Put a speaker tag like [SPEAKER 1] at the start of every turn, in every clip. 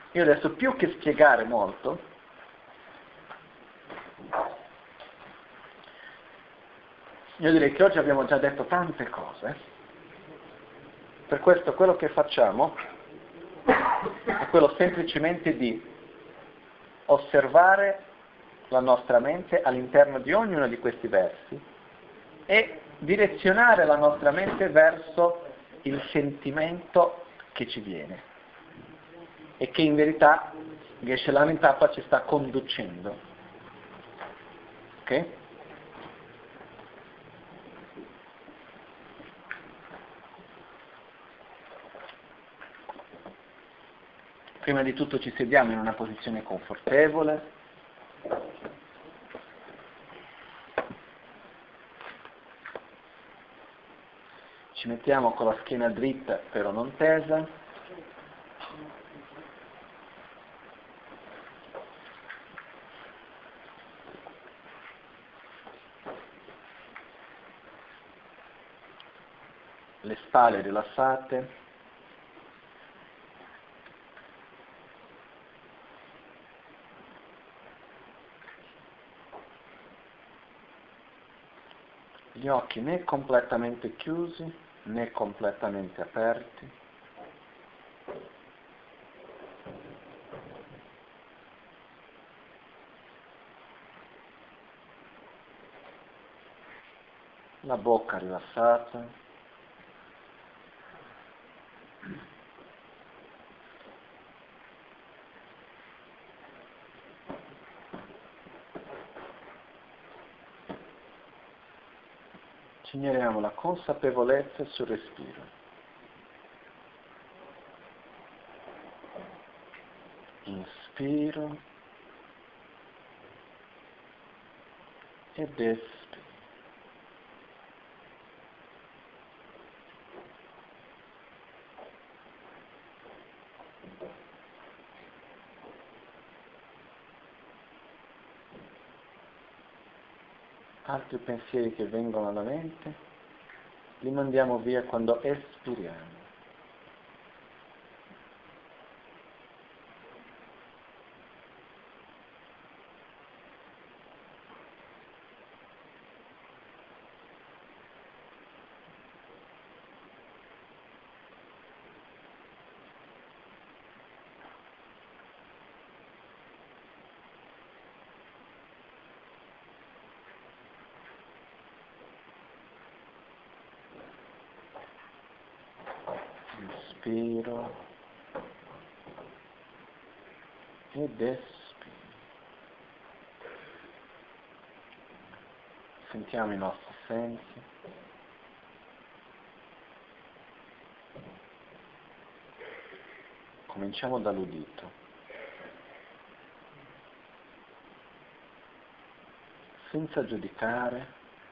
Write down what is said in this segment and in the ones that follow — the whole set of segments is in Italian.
[SPEAKER 1] Io adesso più che spiegare molto, io direi che oggi abbiamo già detto tante cose, per questo quello che facciamo è quello semplicemente di osservare la nostra mente all'interno di ognuno di questi versi e direzionare la nostra mente verso il sentimento che ci viene e che in verità Geshe Lamintapa ci sta conducendo. Ok? Prima di tutto ci sediamo in una posizione confortevole. Ci mettiamo con la schiena dritta però non tesa. Le spalle rilassate. Gli occhi né completamente chiusi né completamente aperti. La bocca rilassata. Generiamo la consapevolezza sul respiro. Inspiro ed espiro. Altri pensieri che vengono alla mente li mandiamo via quando espiriamo. Inspiro ed espiro. Sentiamo i nostri sensi. Cominciamo dall'udito. Senza giudicare,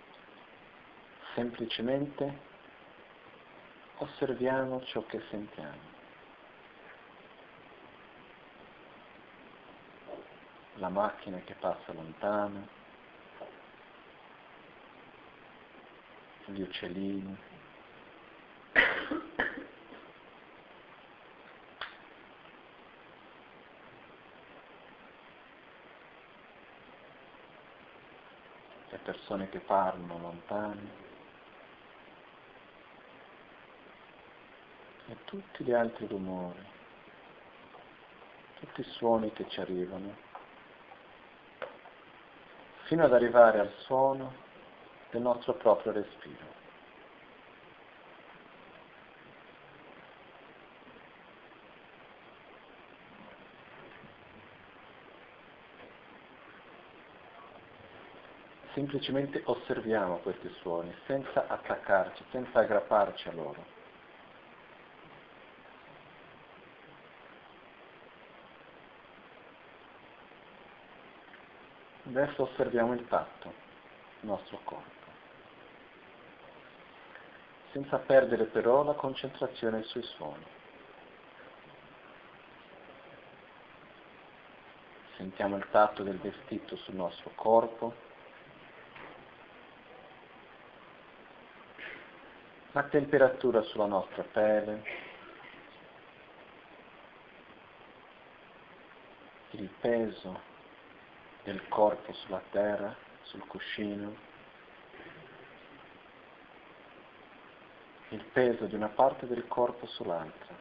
[SPEAKER 1] semplicemente osserviamo ciò che sentiamo. La macchina che passa lontano, gli uccellini, le persone che parlano lontane e tutti gli altri rumori, tutti i suoni che ci arrivano, fino ad arrivare al suono del nostro proprio respiro. Semplicemente osserviamo questi suoni, senza attaccarci, senza aggrapparci a loro. Adesso osserviamo il tatto, il nostro corpo, senza perdere però la concentrazione sui suoni. Sentiamo il tatto del vestito sul nostro corpo, la temperatura sulla nostra pelle, il peso del corpo sulla terra, sul cuscino, il peso di una parte del corpo sull'altra.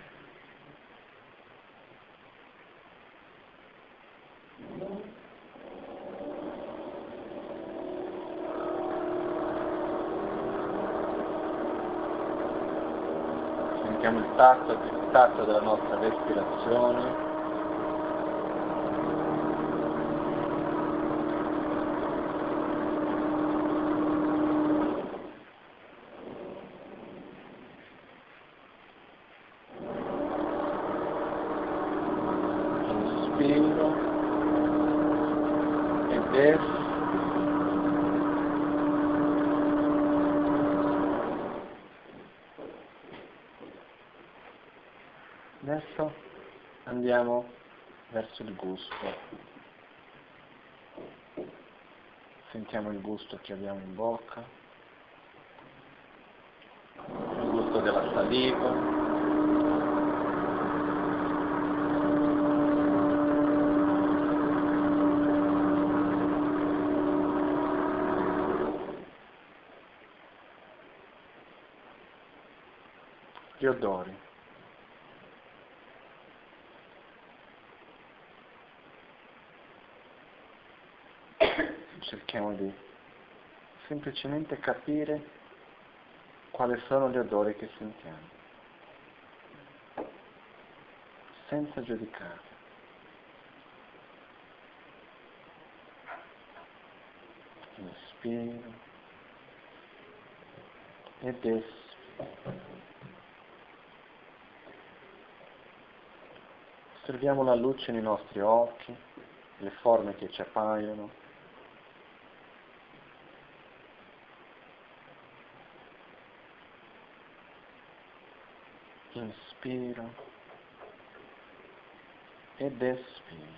[SPEAKER 1] Sentiamo il tatto della nostra respirazione. Inspiro ed espiro. Adesso andiamo verso il gusto. Sentiamo il gusto che abbiamo in bocca, il gusto della saliva. Gli odori. Cerchiamo di semplicemente capire quali sono gli odori che sentiamo, senza giudicare. Inspiro ed espiro. Osserviamo la luce nei nostri occhi, le forme che ci appaiono. Inspiro ed espiro.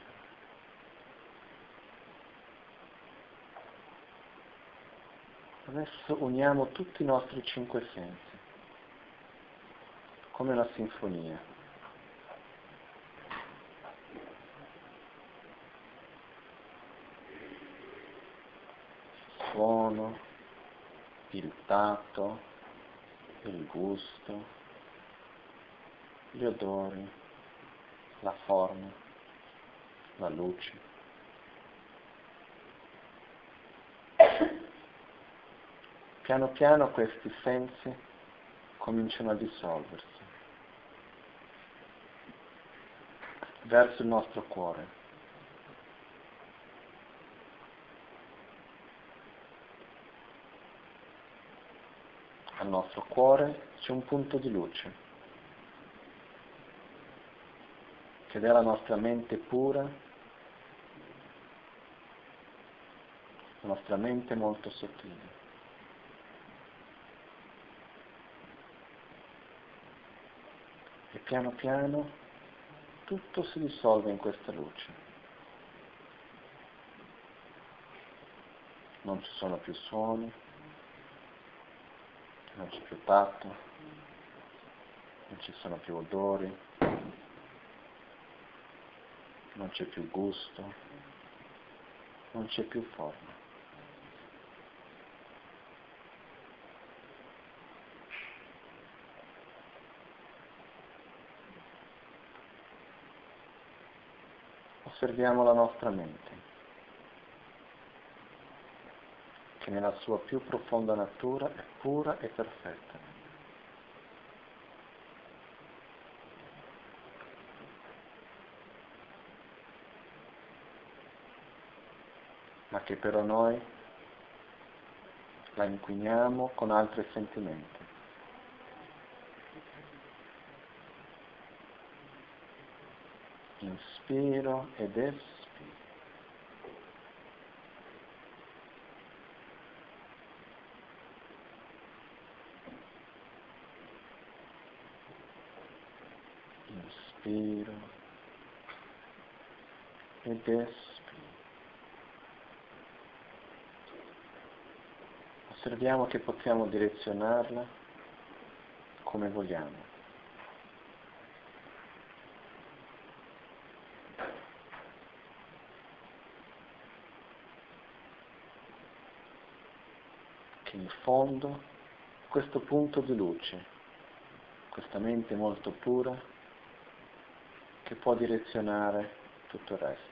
[SPEAKER 1] Adesso uniamo tutti i nostri 5 sensi, come una sinfonia. Il suono, il tatto, il gusto, gli odori, la forma, la luce. Piano piano questi sensi cominciano a dissolversi verso il nostro cuore. Al nostro cuore c'è un punto di luce, ed è la nostra mente pura, la nostra mente molto sottile. E piano piano tutto si dissolve in questa luce. Non ci sono più suoni, non c'è più tatto, non ci sono più odori, non c'è più gusto, non c'è più forma. Osserviamo la nostra mente, che nella sua più profonda natura è pura e perfetta. Ma che però noi la inquiniamo con altri sentimenti. Inspiro ed espiro. Inspiro ed espiro. Osserviamo che possiamo direzionarla come vogliamo. che in fondo questo punto di luce, questa mente molto pura, che può direzionare tutto il resto.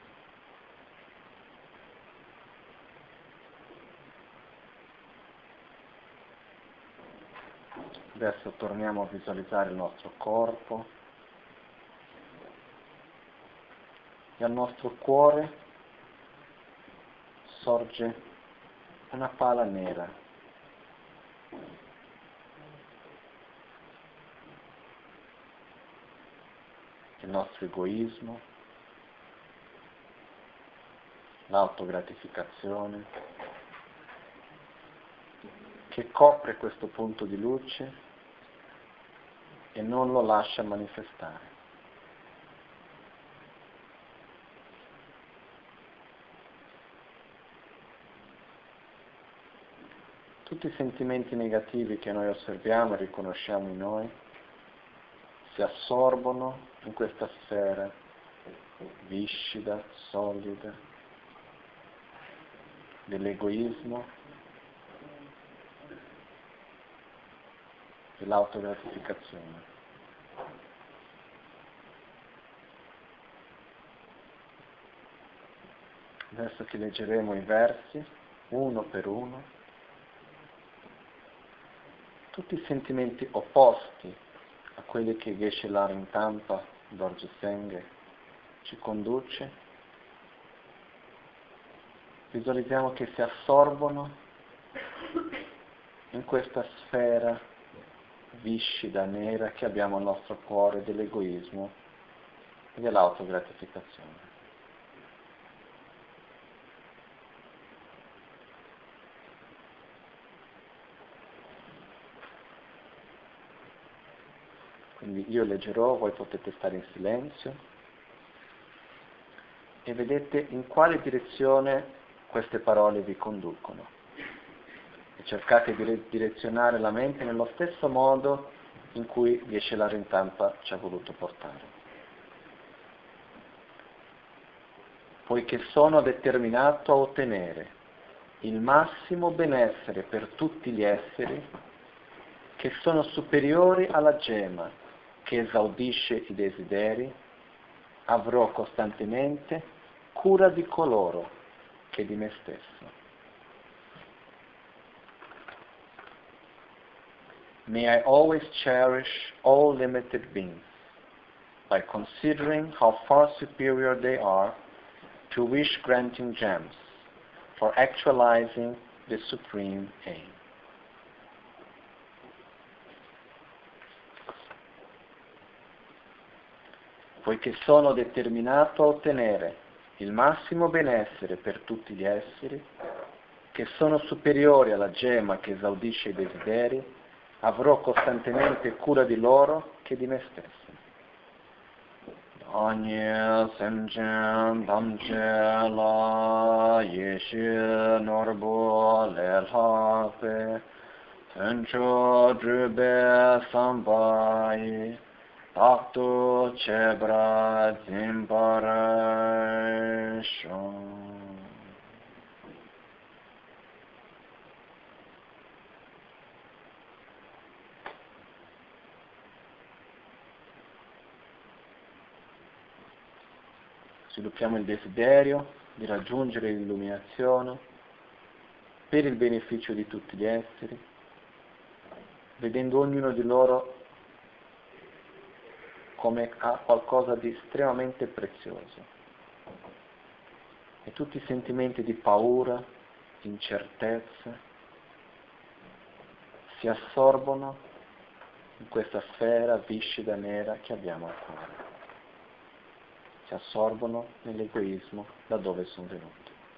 [SPEAKER 1] Adesso torniamo a visualizzare il nostro corpo e al nostro cuore sorge una pala nera. Il nostro egoismo, l'autogratificazione, che copre questo punto di luce e non lo lascia manifestare. Tutti i sentimenti negativi che noi osserviamo e riconosciamo in noi si assorbono in questa sfera viscida, solida, dell'egoismo, dell'autogratificazione. Adesso che leggeremo i versi, uno per uno, tutti i sentimenti opposti a quelli che Geshe Larintampa Dorje Senghe ci conduce, visualizziamo che si assorbono in questa sfera viscida, nera che abbiamo al nostro cuore dell'egoismo e dell'autogratificazione. Quindi io leggerò, voi potete stare in silenzio e vedete in quale direzione queste parole vi conducono. E cercate di direzionare la mente nello stesso modo in cui Geshe Larintampa ci ha voluto portare. Poiché sono determinato a ottenere il massimo benessere per tutti gli esseri che sono superiori alla gemma che esaudisce i desideri, avrò costantemente cura di coloro che di me stesso. May I always cherish all limited beings by considering how far superior they are to wish-granting gems for actualizing the supreme aim. Poiché sono determinato a ottenere il massimo benessere per tutti gli esseri, che sono superiori alla gemma che esaudisce i desideri, avrò costantemente cura di loro che di me stesso. Ogni semgen damche la yeshe norbo le lape, tencho drube sambai, takto chebra zimbara shon. Sviluppiamo il desiderio di raggiungere l'illuminazione per il beneficio di tutti gli esseri, vedendo ognuno di loro come ha qualcosa di estremamente prezioso. E tutti i sentimenti di paura, incertezza, si assorbono in questa sfera viscida nera che abbiamo al cuore. Si assorbono nell'egoismo da dove sono venuti.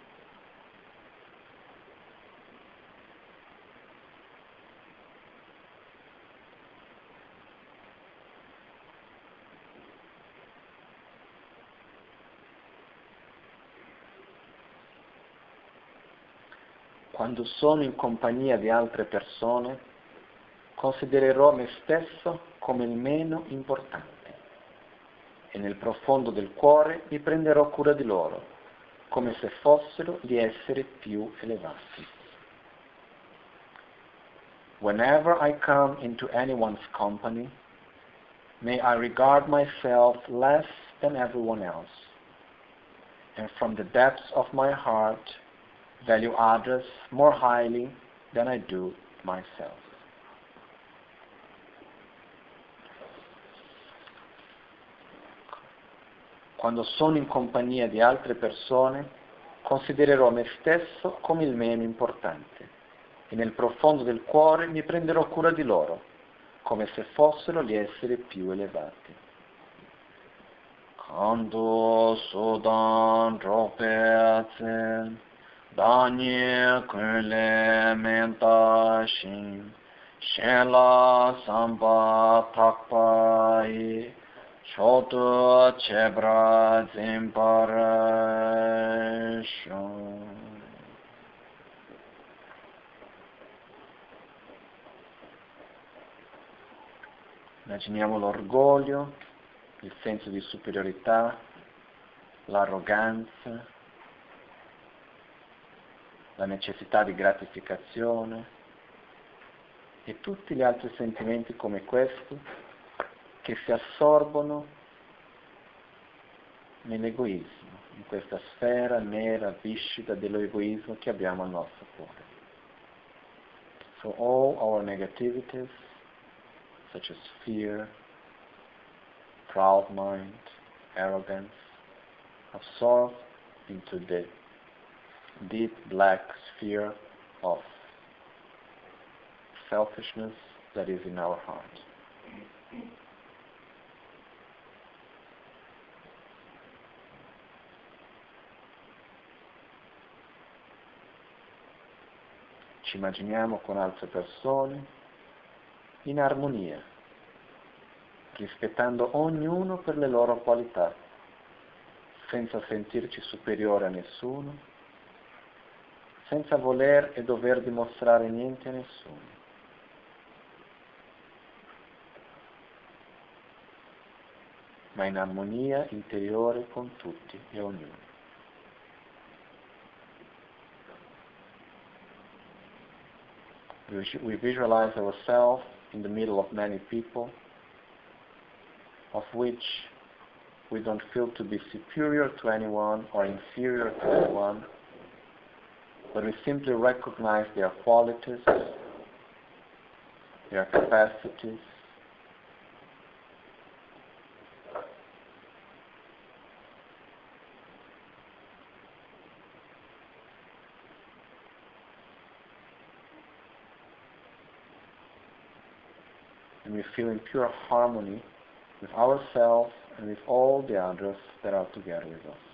[SPEAKER 1] Quando sono in compagnia di altre persone, considererò me stesso come il meno importante e nel profondo del cuore mi prenderò cura di loro, come se fossero gli esseri più elevati. Whenever I come into anyone's company, may I regard myself less than everyone else, and from the depths of my heart value others more highly than I do myself. Quando sono in compagnia di altre persone, considererò me stesso come il meno importante e nel profondo del cuore mi prenderò cura di loro, come se fossero gli esseri più elevati. Quando sodan tropezzen, danye kule mentashin, shela samba takpai, choto chebra zimparashon. Immaginiamo l'orgoglio, il senso di superiorità, l'arroganza, la necessità di gratificazione e tutti gli altri sentimenti come questi che si assorbono nell'egoismo, in questa sfera nera, viscida dell'egoismo che abbiamo al nostro cuore. So all our negativities, such as fear, proud mind, arrogance, absorbed into the deep black sphere of selfishness that is in our heart. Ci immaginiamo con altre persone in armonia, rispettando ognuno per le loro qualità, senza sentirci superiore a nessuno, senza voler e dover dimostrare niente a nessuno. Ma in armonia interiore con tutti e ognuno. We visualize ourselves in the middle of many people, of which we don't feel to be superior to anyone or inferior to anyone, but we simply recognize their qualities, their capacities, and we feel in pure harmony with ourselves and with all the others that are together with us.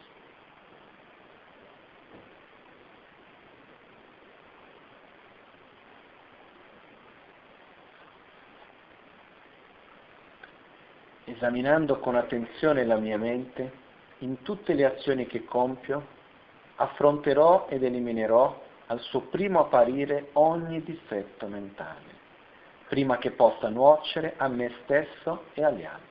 [SPEAKER 1] Esaminando con attenzione la mia mente, in tutte le azioni che compio, affronterò ed eliminerò al suo primo apparire ogni difetto mentale, prima che possa nuocere a me stesso e agli altri.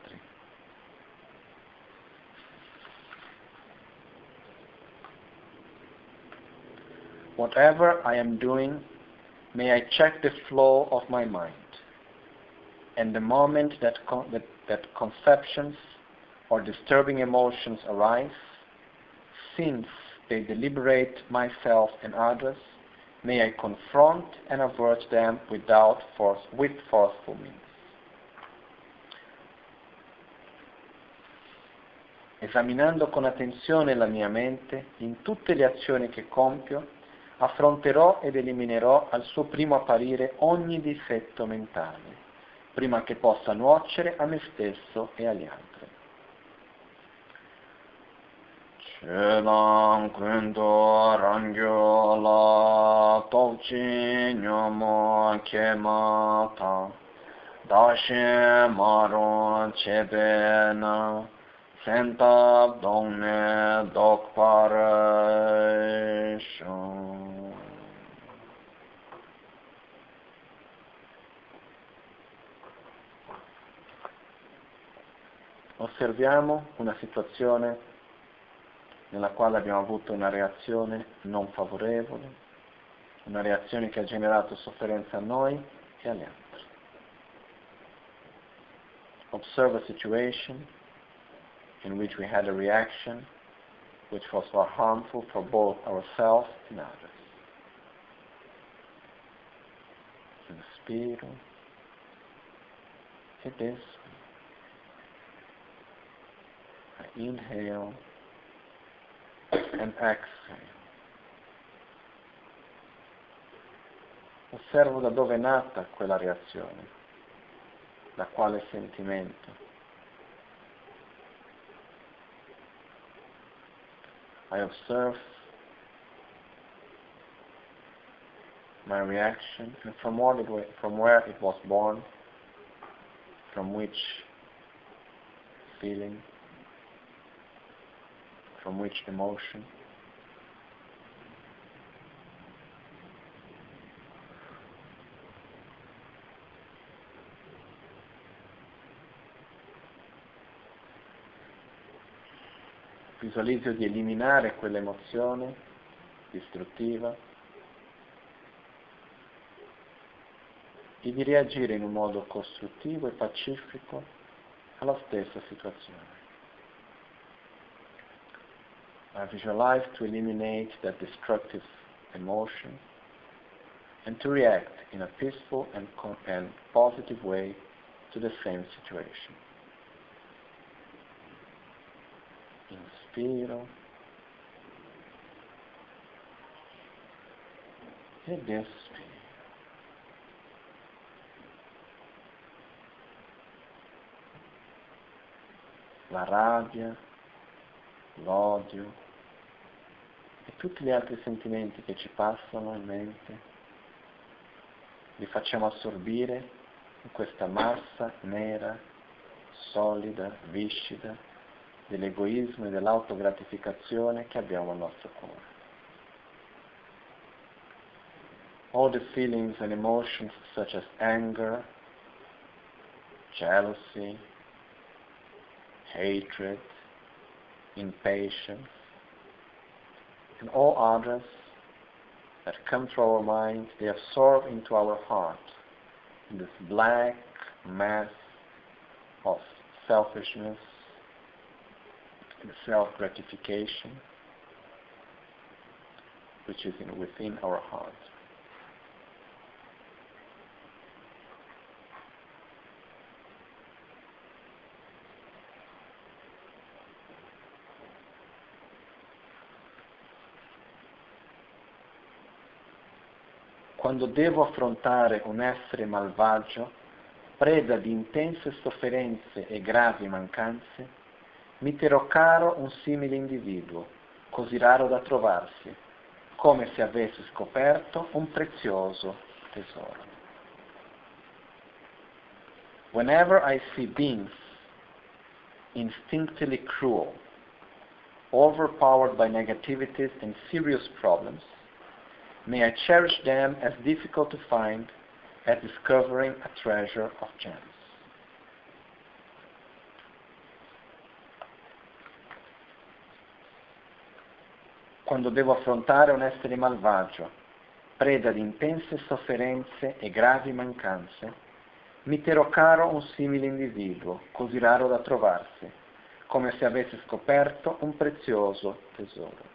[SPEAKER 1] Whatever I am doing, may I check the flow of my mind, and the moment that conceptions or disturbing emotions arise, since they deliberate myself and others, may I confront and avert them with forceful means. Esaminando con attenzione la mia mente, in tutte le azioni che compio, affronterò ed eliminerò al suo primo apparire ogni difetto mentale, prima che possa nuocere a me stesso e agli altri. Chelang kundo rangyo la tokchi nyomo kemata dashe maron chebena sentab dongne dokpareshon. Osserviamo una situazione nella quale abbiamo avuto una reazione non favorevole, una reazione che ha generato sofferenza a noi e agli altri. Observe a situation in which we had a reaction which was harmful for both ourselves and others. Inspiro ed espiro. I inhale and exhale. Osservo da dove è nata quella reazione, da quale sentimento. I observe my reaction and from where it was born, from which feeling, from which emotion. Visualizzo di eliminare quell'emozione distruttiva e di reagire in un modo costruttivo e pacifico alla stessa situazione. I visualize to eliminate that destructive emotion and to react in a peaceful and positive way to the same situation. Inspiro ed espiro. La rabbia, l'odio e tutti gli altri sentimenti che ci passano in mente li facciamo assorbire in questa massa nera, solida, viscida dell'egoismo e dell'autogratificazione che abbiamo al nostro cuore. All the feelings and emotions such as anger, jealousy, hatred, impatience, and all others that come to our mind, they absorb into our heart in this black mass of selfishness and self-gratification, which is within our heart. Quando devo affrontare un essere malvagio, preda di intense sofferenze e gravi mancanze, mi terrò caro un simile individuo, così raro da trovarsi, come se avessi scoperto un prezioso tesoro. Whenever I see beings instinctively cruel, overpowered by negativities and serious problems, may I cherish them as difficult to find as discovering a treasure of gems. Quando devo affrontare un essere malvagio, preda di intense sofferenze e gravi mancanze, mi terrò caro un simile individuo, così raro da trovarsi, come se avessi scoperto un prezioso tesoro.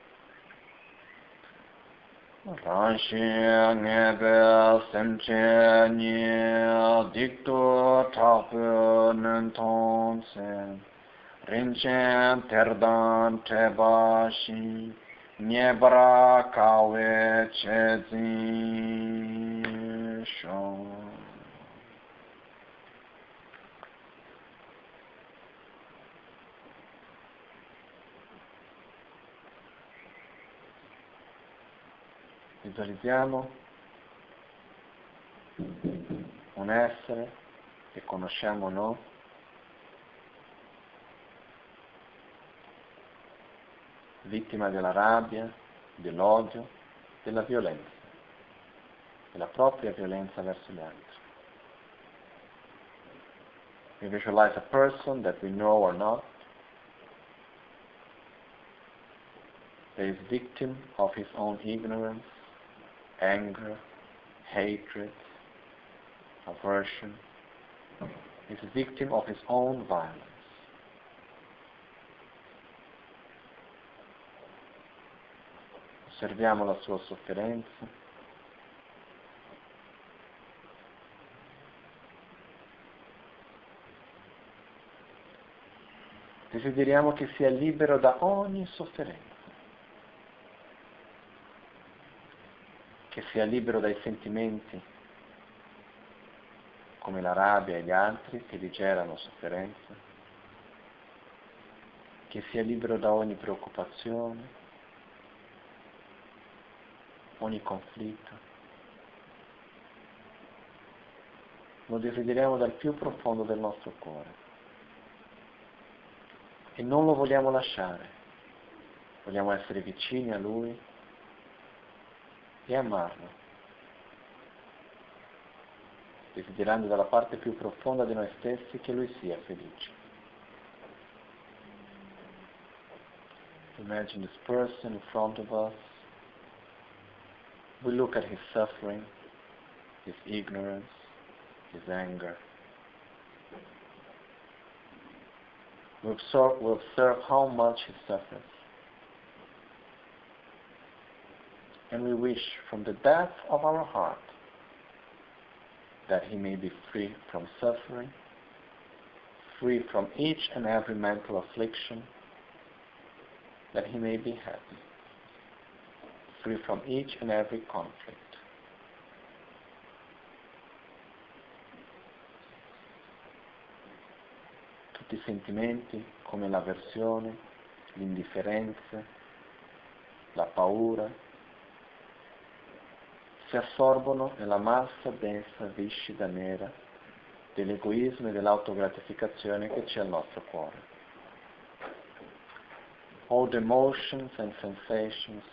[SPEAKER 1] Ranshin ngebe semche ni dikto tapu nantong sen rinchen terdan treba shin nyebra kawe chezin shon. Visualizziamo un essere che conosciamo noi, vittima della rabbia, dell'odio, della violenza, della propria violenza verso gli altri. We visualize a person that we know or not, that is victim of his own ignorance, anger, hatred, aversion, is a victim of his own violence. Osserviamo la sua sofferenza. Desideriamo che sia libero da ogni sofferenza, che sia libero dai sentimenti come la rabbia e gli altri che gli generano sofferenza, che sia libero da ogni preoccupazione, ogni conflitto. Lo desideriamo dal più profondo del nostro cuore. E non lo vogliamo lasciare, vogliamo essere vicini a Lui e amarlo, desiderando dalla parte più profonda di noi stessi che Lui sia felice. Imagine this person in front of us. We look at his suffering, his ignorance, his anger. We observe how much he suffers. And we wish from the depth of our heart that he may be free from suffering, free from each and every mental affliction, that he may be happy, free from each and every conflict. Tutti i sentimenti come l'avversione, l'indifferenza, la paura, si assorbono nella massa densa, viscida, nera dell'egoismo e dell'autogratificazione che c'è al nostro cuore. All the emotions and sensations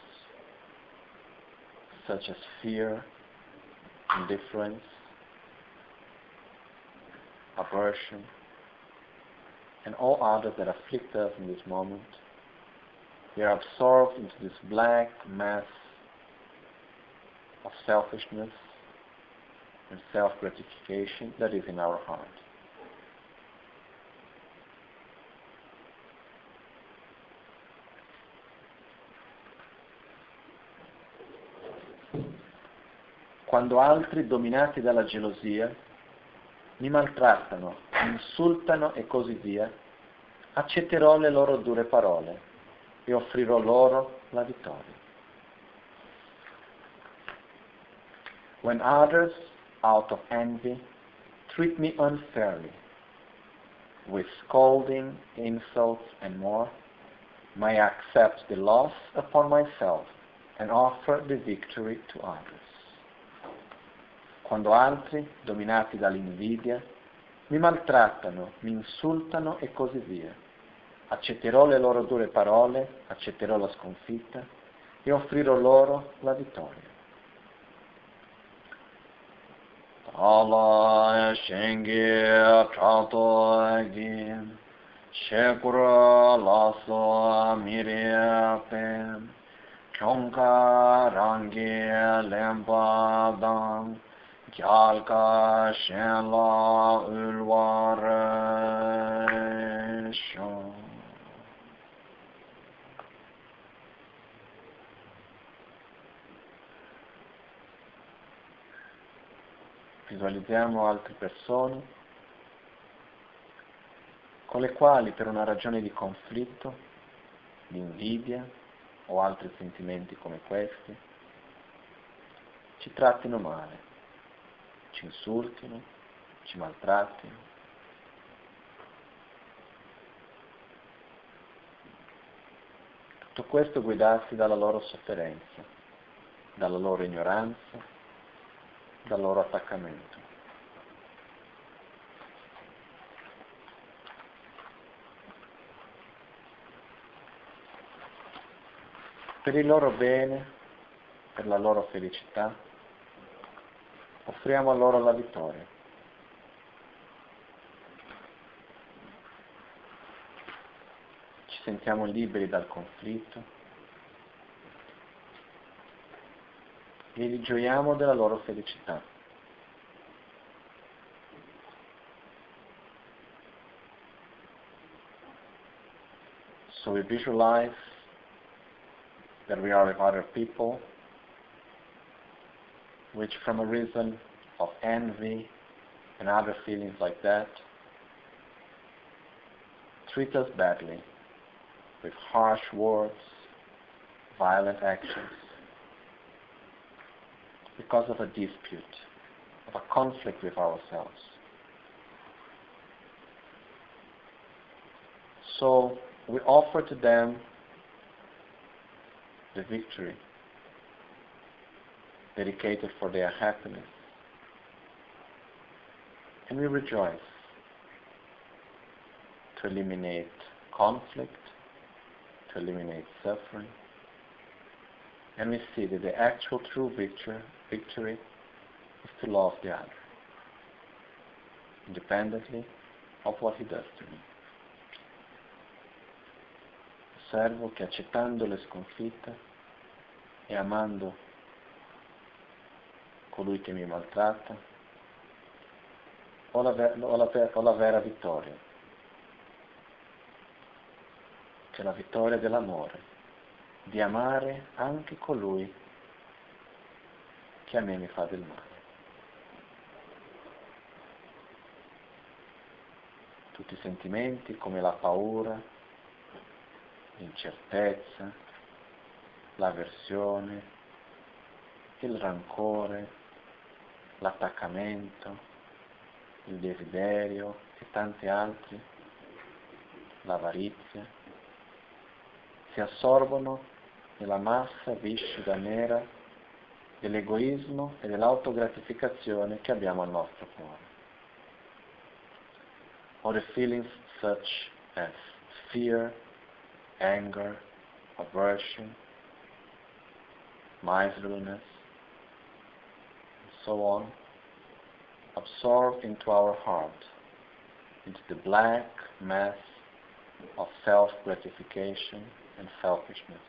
[SPEAKER 1] such as fear, indifference, aversion, and all others that afflict us in this moment, we are absorbed into this black mass of selfishness and self-gratification that is in our heart. Quando altri, dominati dalla gelosia, mi maltrattano, mi insultano e così via, accetterò le loro dure parole e offrirò loro la vittoria. When others, out of envy, treat me unfairly, with scolding, insults, and more, may I accept the loss upon myself and offer the victory to others. Quando altri, dominati dall'invidia, mi maltrattano, mi insultano e così via, accetterò le loro dure parole, accetterò la sconfitta e offrirò loro la vittoria. Tala shengi chato gin, shekura laso miriape, chonka rangi lempa dang, gyalka shenla ulvare shon. Visualizziamo altre persone con le quali per una ragione di conflitto, di invidia o altri sentimenti come questi, ci trattino male, ci insultino, ci maltrattino. Tutto questo guidarsi dalla loro sofferenza, dalla loro ignoranza, dal loro attaccamento. Per il loro bene, per la loro felicità, offriamo a loro la vittoria. Ci sentiamo liberi dal conflitto e li gioiamo della loro felicità. So we visualize that we are with other people, which from a reason of envy and other feelings like that, treat us badly with harsh words, violent actions, because of a dispute, of a conflict with ourselves. So we offer to them the victory dedicated for their happiness. And we rejoice to eliminate conflict, to eliminate suffering. And we see that the actual true victory is to love the other, independently of what he does to me. Osservo che accettando le sconfitte e amando colui che mi maltratta, ho la vera vittoria, che è la vittoria dell'amore, di amare anche colui che a me mi fa del male. Tutti i sentimenti come la paura, l'incertezza, l'avversione, il rancore, l'attaccamento, il desiderio e tanti altri, l'avarizia, si assorbono nella massa viscida nera dell'egoismo e dell'autogratificazione che abbiamo al nostro cuore. Or the feelings such as fear, anger, aversion, miserliness, and so on, absorb into our heart, into the black mass of self-gratification and selfishness.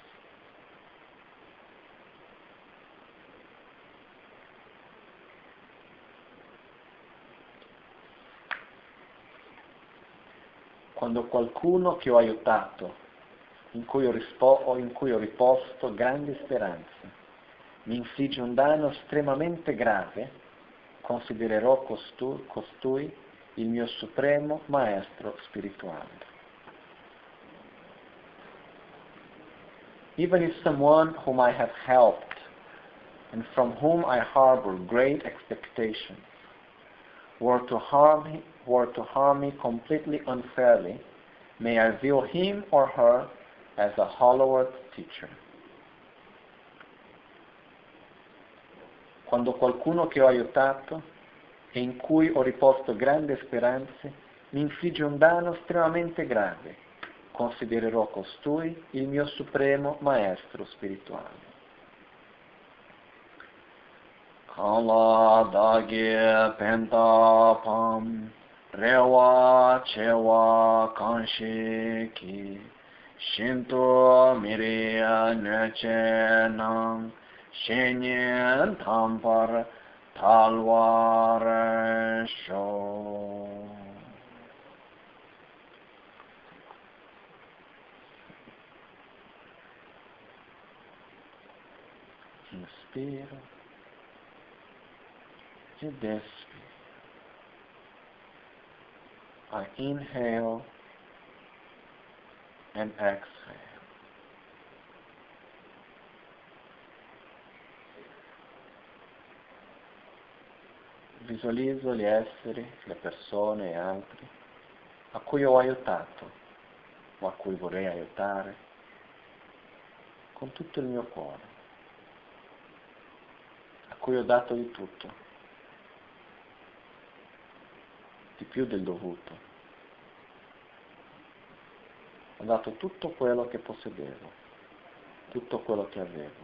[SPEAKER 1] Quando qualcuno che ho aiutato, in cui ho riposto grandi speranze, mi infligge un danno estremamente grave, considererò costui il mio supremo maestro spirituale. Even if someone whom I have helped and from whom I harbor great expectations were to harm me completely unfairly, may I view him or her as a hollow teacher. Quando qualcuno che ho aiutato e in cui ho riposto grandi speranze mi infligge un danno estremamente grave, considererò costui il mio supremo maestro spirituale. Kala dagi penta pam rewa chewa kanshi ki shinto miriya nöche nang shenyen tampar talwar sho. Inspiro e despiro. I inhale and exhale. Visualizzo gli esseri, le persone e altri a cui ho aiutato o a cui vorrei aiutare con tutto il mio cuore, a cui ho dato di tutto, di più del dovuto. Ho dato tutto quello che possedevo, tutto quello che avevo.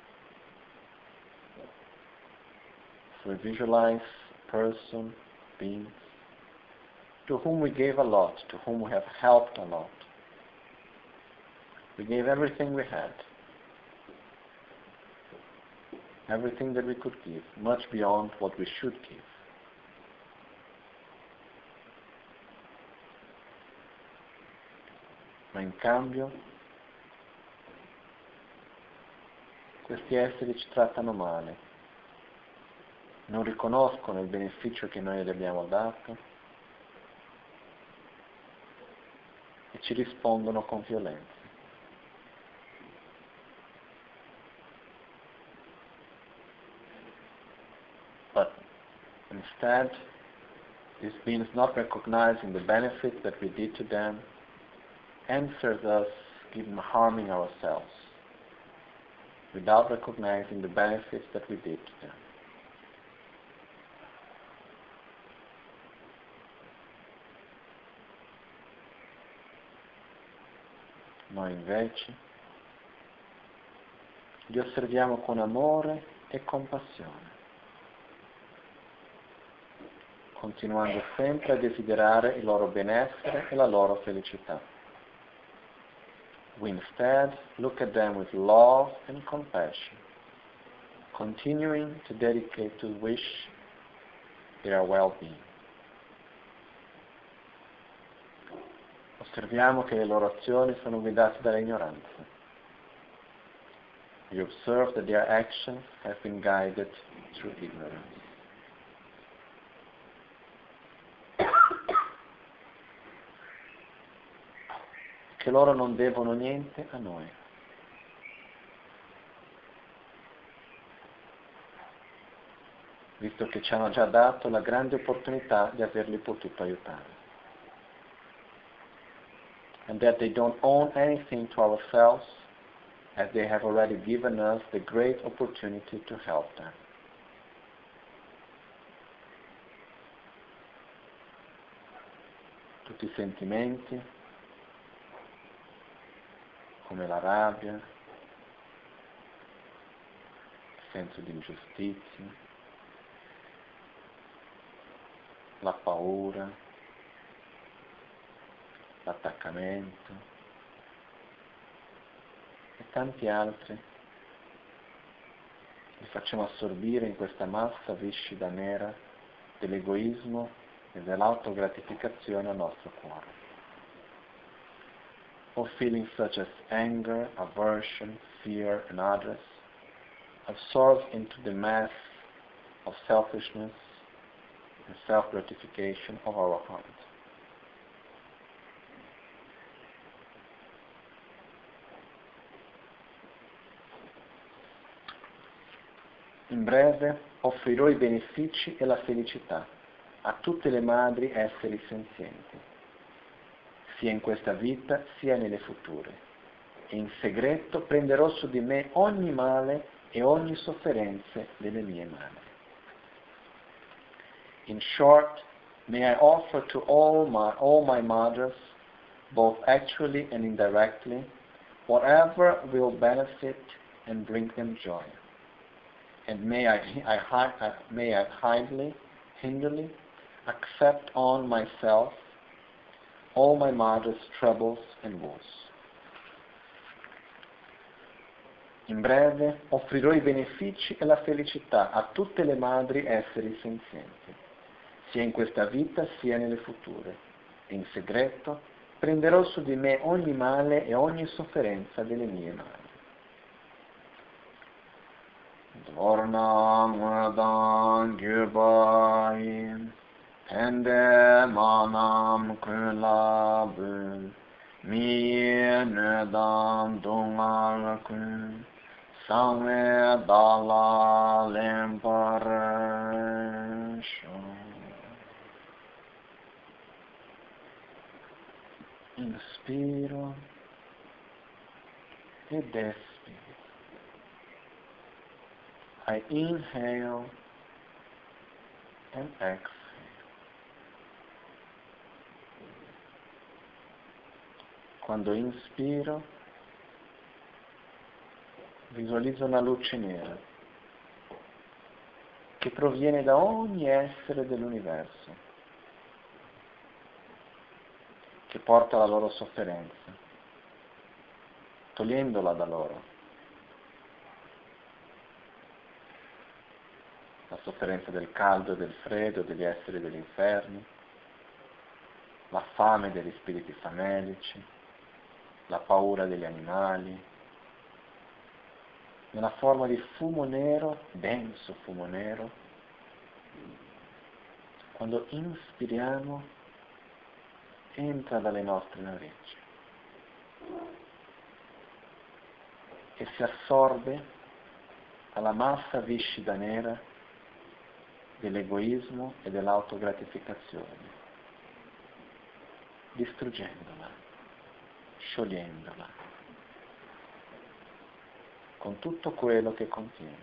[SPEAKER 1] So we visualize person, beings, to whom we gave a lot, to whom we have helped a lot. We gave everything we had, everything that we could give, much beyond what we should give. ma in cambio questi esseri ci trattano male, non riconoscono il beneficio che noi gli abbiamo dato e ci rispondono con violenza. But instead, these beings not recognizing the benefits that we did to them answers us even harming ourselves without recognizing the benefits that we did to them. Noi invece li osserviamo con amore e compassione, continuando sempre a desiderare il loro benessere e la loro felicità. We instead look at them with love and compassion, continuing to dedicate to wish their well-being. Osserviamo che le loro azioni sono guidate dall'ignoranza. We observe that their actions have been guided through ignorance. Che loro non devono niente a noi. Visto che ci hanno già dato la grande opportunità di averli potuto aiutare. And that they don't owe anything to ourselves, as they have already given us the great opportunity to help them. Tutti i sentimenti, come la rabbia, il senso di ingiustizia, la paura, l'attaccamento e tanti altri li facciamo assorbire in questa massa viscida nera dell'egoismo e dell'autogratificazione al nostro cuore. Or feelings such as anger, aversion, fear, and others, absorbed into the mass of selfishness and self-gratification of our heart. In breve, offrirò i benefici e la felicità a tutte le madri esseri senzienti, sia in questa vita sia nelle future, e in segreto prenderò su di me ogni male e ogni sofferenza delle mie madri. In short, may I offer to all my mothers, both actually and indirectly, whatever will benefit and bring them joy. And may I humbly accept on myself all my mother's troubles and woes. In breve, offrirò i benefici e la felicità a tutte le madri esseri senzienti, sia in questa vita sia nelle future, e in segreto prenderò su di me ogni male e ogni sofferenza delle mie madri. Dvornam Vadan Gyurbaim Pende Manam Kulabun Miye Nedam Dungarakun Sangwe Dala Lemparesho. Inspiro ed espiro. I inhale and exhale. Quando inspiro, visualizzo una luce nera che proviene da ogni essere dell'universo, che porta la loro sofferenza, togliendola da loro. La sofferenza del caldo e del freddo, degli esseri dell'inferno, la fame degli spiriti famelici, la paura degli animali, nella forma di fumo nero, denso fumo nero. Quando inspiriamo, entra dalle nostre narici e si assorbe alla massa viscida nera dell'egoismo e dell'autogratificazione, distruggendola, sciogliendola, con tutto quello che contiene.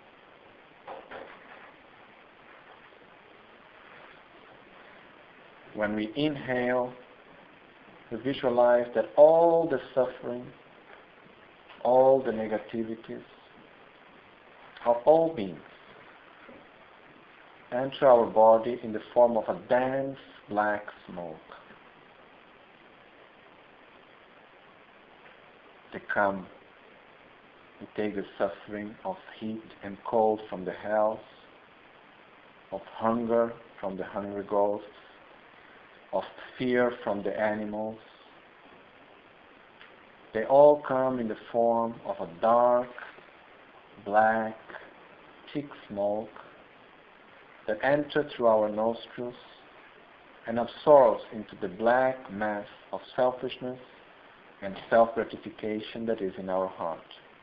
[SPEAKER 1] When we inhale, we visualize that all the suffering, all the negativities of all beings enter our body in the form of a dense black smoke. They come, we take the suffering of heat and cold from the hells, of hunger from the hungry ghosts, of fear from the animals. They all come in the form of a dark, black, thick smoke that enters through our nostrils and absorbs into the black mass of selfishness and self-gratification that is in our heart.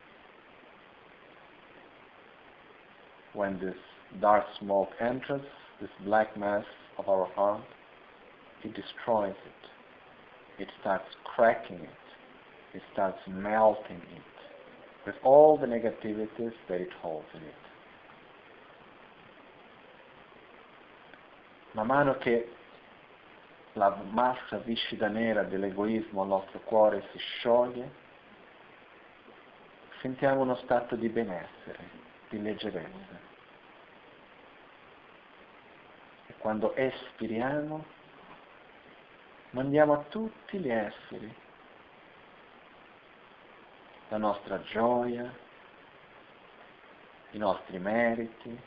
[SPEAKER 1] When this dark smoke enters, this black mass of our heart, it destroys it. It starts cracking it. It starts melting it with all the negativities that it holds in it. Man mano che la massa viscida nera dell'egoismo al nostro cuore si scioglie, sentiamo uno stato di benessere, di leggerezza. E quando espiriamo, mandiamo a tutti gli esseri la nostra gioia, i nostri meriti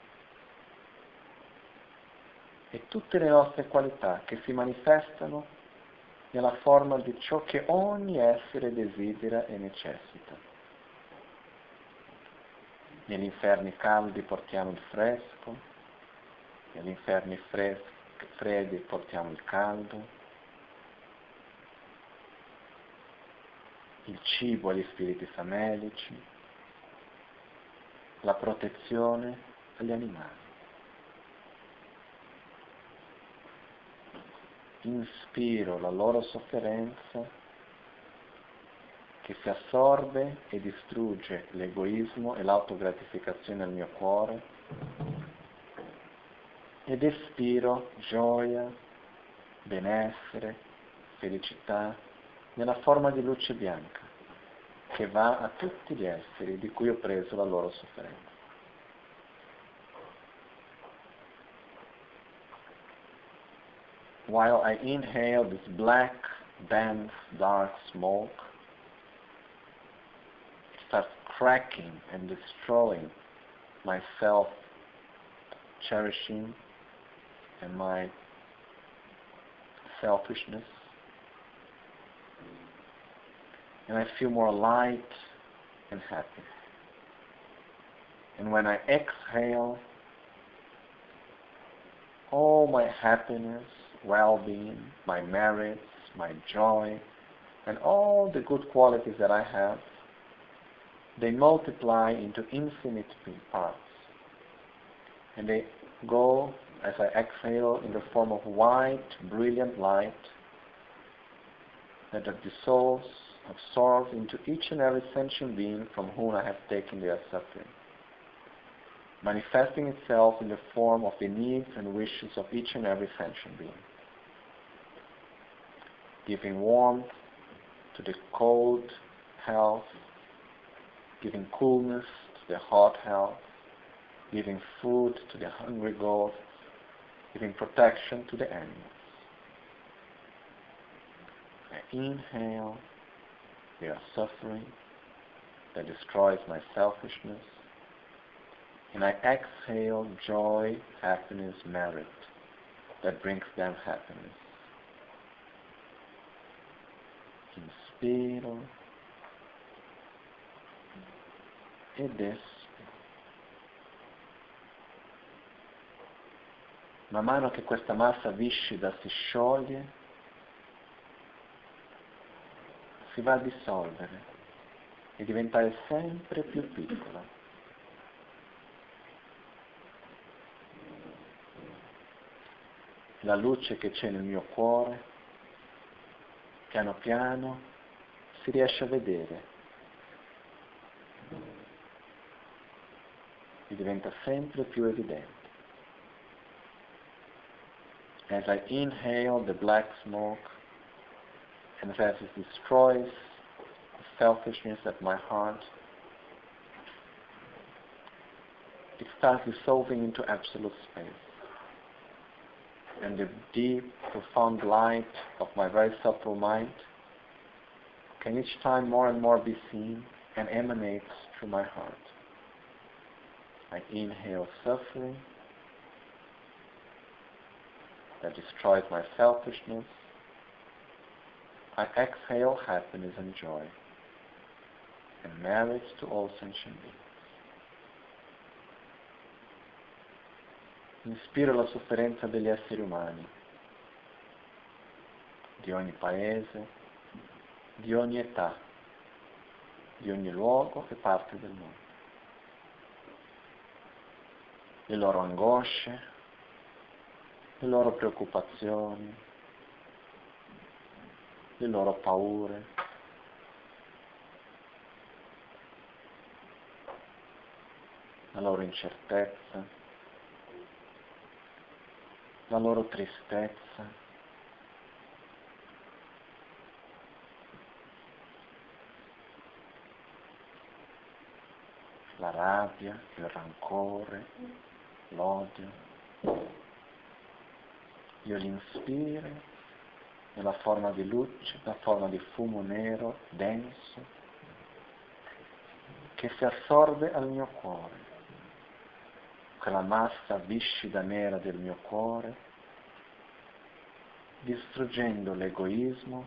[SPEAKER 1] e tutte le nostre qualità che si manifestano nella forma di ciò che ogni essere desidera e necessita. Negli inferni caldi portiamo il fresco, negli inferni freddi portiamo il caldo, il cibo agli spiriti famelici, la protezione agli animali. Inspiro la loro sofferenza che si assorbe e distrugge l'egoismo e l'autogratificazione nel mio cuore ed espiro gioia, benessere, felicità nella forma di luce bianca che va a tutti gli esseri di cui ho preso la loro sofferenza. While I inhale this black, dense, dark smoke, it starts cracking and destroying my self-cherishing and my selfishness. And I feel more light and happy. And when I exhale, all my happiness, well-being, my merits, my joy, and all the good qualities that I have, they multiply into infinite parts. And they go, as I exhale, in the form of white, brilliant light that dissolves, absorbs into each and every sentient being from whom I have taken their suffering, manifesting itself in the form of the needs and wishes of each and every sentient being, giving warmth to the cold health, giving coolness to the hot health, giving food to the hungry ghosts, giving protection to the animals. I inhale their suffering that destroys my selfishness, and I exhale joy, happiness, merit that brings them happiness. inspiro ed espiro. Man mano che questa massa viscida si scioglie, si va a dissolvere e diventare sempre più piccola. La luce che c'è nel mio cuore, piano piano, si riesce a vedere e diventa sempre più evidente. As I inhale the black smoke, and as it destroys the selfishness at my heart, it starts dissolving into absolute space. And the deep, profound light of my very subtle mind can each time more and more be seen and emanates through my heart. I inhale suffering that destroys my selfishness. I exhale happiness and joy and merit to all sentient beings. Inspiro la sofferenza degli esseri umani, di ogni paese, di ogni età, di ogni luogo e parte del mondo. Le loro angosce, le loro preoccupazioni, le loro paure, la loro incertezza, la loro tristezza, la rabbia, il rancore, l'odio. Io li inspiro nella forma di luce, nella forma di fumo nero, denso, che si assorbe al mio cuore. Quella massa viscida nera del mio cuore, distruggendo l'egoismo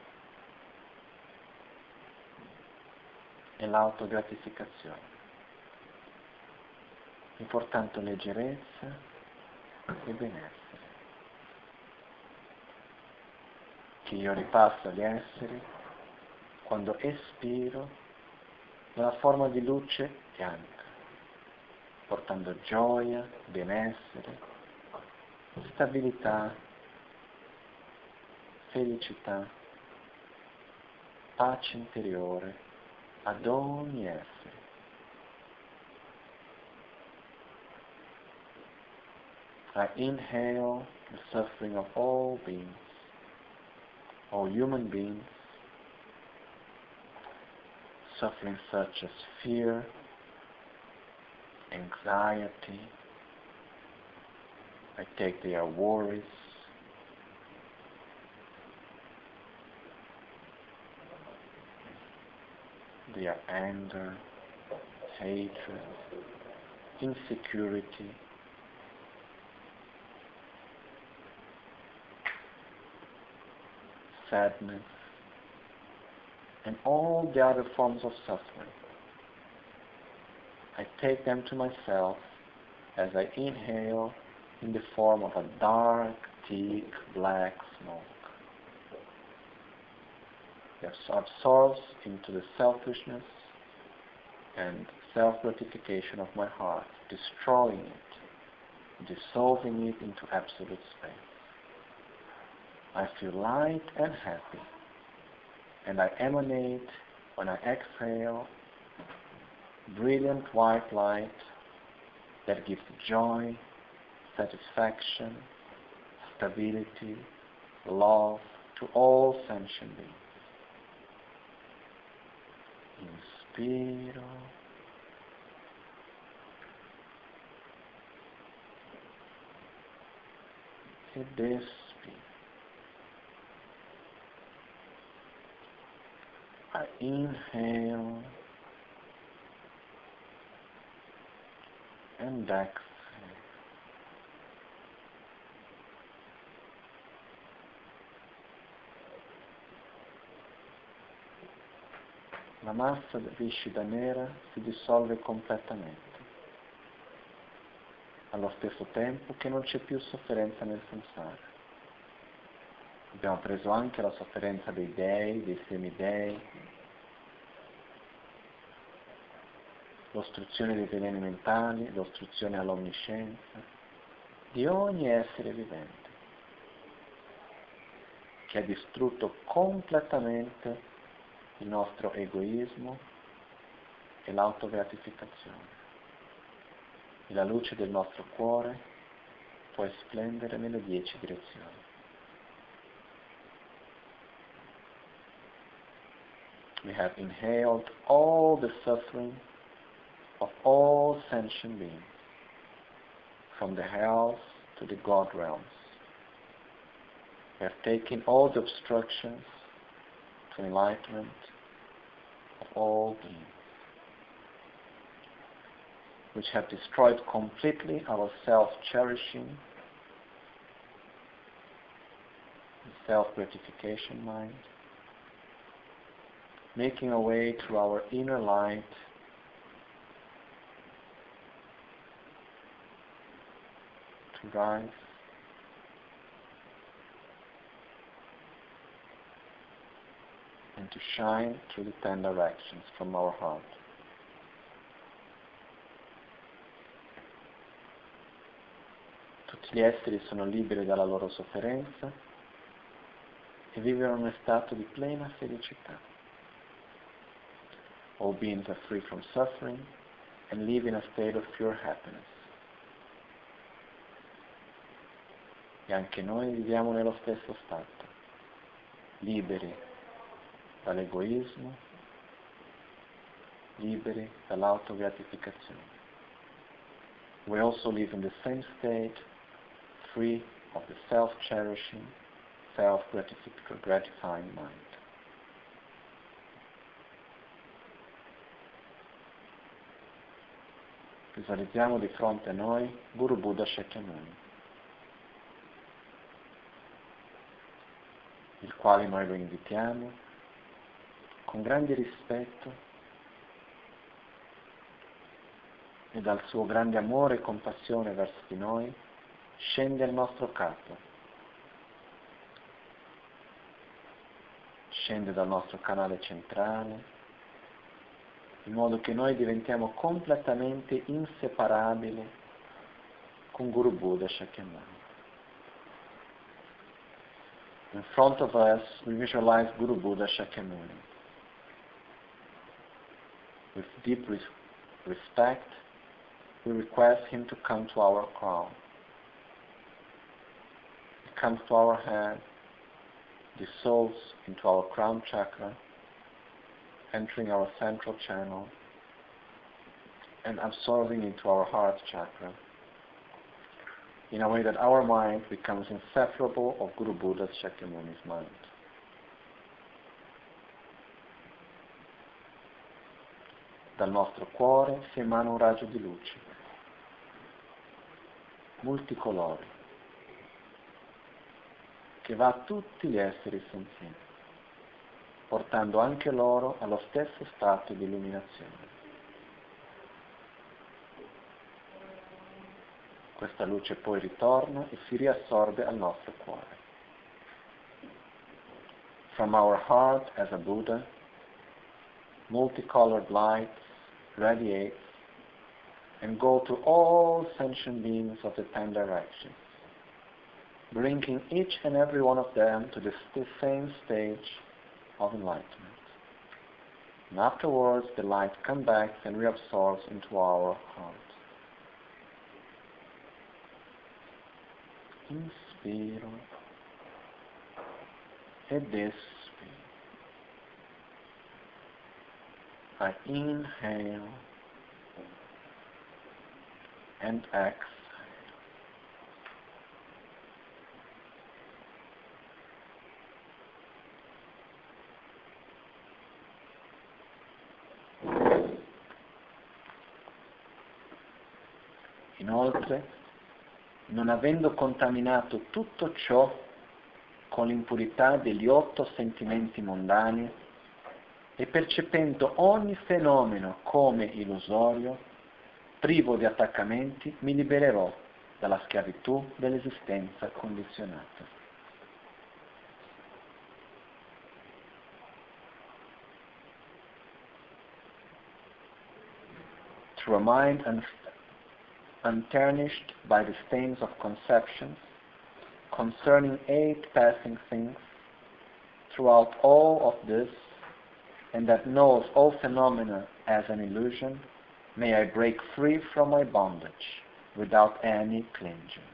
[SPEAKER 1] e l'autogratificazione, e portando leggerezza e benessere, che io ripasso agli esseri quando espiro nella forma di luce bianca, portando gioia, benessere, stabilità, felicità, pace interiore ad ogni essere. I inhale the suffering of all beings, all human beings, suffering such as fear, anxiety. I take their worries, their anger, hatred, insecurity, sadness, and all the other forms of suffering. I take them to myself as I inhale in the form of a dark, thick, black smoke. It absorbs into the selfishness and self-gratification of my heart, destroying it, dissolving it into absolute space. I feel light and happy, and I emanate, when I exhale, brilliant white light that gives joy, satisfaction, stability, love to all sentient beings. Inspiro ed espiro. I inhale and exhale. la massa viscida nera si dissolve completamente, allo stesso tempo che non c'è più sofferenza nel samsara. Abbiamo preso anche la sofferenza dei dei, dei semidei, l'ostruzione dei veleni mentali, l'ostruzione all'onniscienza, di ogni essere vivente, che ha distrutto completamente il nostro egoismo e l'autogratificazione. E la luce del nostro cuore può splendere nelle 10 direzioni. We have inhaled all the suffering of all sentient beings, from the hells to the God realms. We have taken all the obstructions to enlightenment of all beings, which have destroyed completely our self-cherishing, self-gratification mind, making a way through our inner light to rise and to shine through the 10 directions from our heart. Tutti gli esseri sono liberi dalla loro sofferenza e vivono in uno stato di plena felicità. All beings are free from suffering and live in a state of pure happiness. E anche noi viviamo nello stesso stato, liberi dall'egoismo, liberi dall'autogratificazione. We also live in the same state, free of the self-cherishing, self-gratifying mind. Visualizziamo di fronte a noi Guru Buddha Shakyamuni, il quale noi lo invitiamo con grande rispetto e dal suo grande amore e compassione verso di noi scende al nostro capo, scende dal nostro canale centrale, in modo che noi diventiamo completamente inseparabili con Guru Buddha Shakyamuni. In front of us, we visualize Guru Buddha Shakyamuni. With deep respect, we request him to come to our crown. He comes to our head, dissolves into our crown chakra, entering our central channel and absorbing into our heart chakra in a way that our mind becomes inseparable of Guru Buddha Shakyamuni's mind. Dal nostro cuore si emana un raggio di luce, multicolori, che va a tutti gli esseri senzienti, portando anche loro allo stesso stato di illuminazione. Questa luce poi ritorna e si riassorbe al nostro cuore. From our heart as a Buddha, multicolored light radiates and go to all sentient beings of the 10 directions, bringing each and every one of them to the same stage of enlightenment. And afterwards, the light comes back and reabsorbs into our heart. Inspiro ed espiro. I inhale and exhale. Inoltre, non avendo contaminato tutto ciò con l'impurità degli 8 sentimenti mondani, e percependo ogni fenomeno come illusorio, privo di attaccamenti, mi libererò dalla schiavitù dell'esistenza condizionata. Through a mind untarnished by the stains of conceptions, concerning 8 passing things, throughout all of this, and that knows all phenomena as an illusion, may I break free from my bondage without any clinging.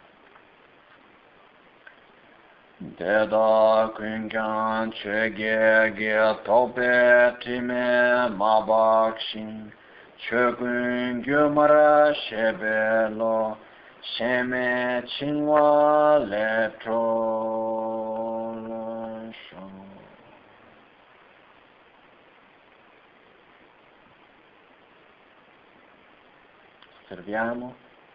[SPEAKER 1] Deda kungan chege ge tobe time mabakshin, chogun gyumara shebelo, sheme chinwa letro shon. Osserviamo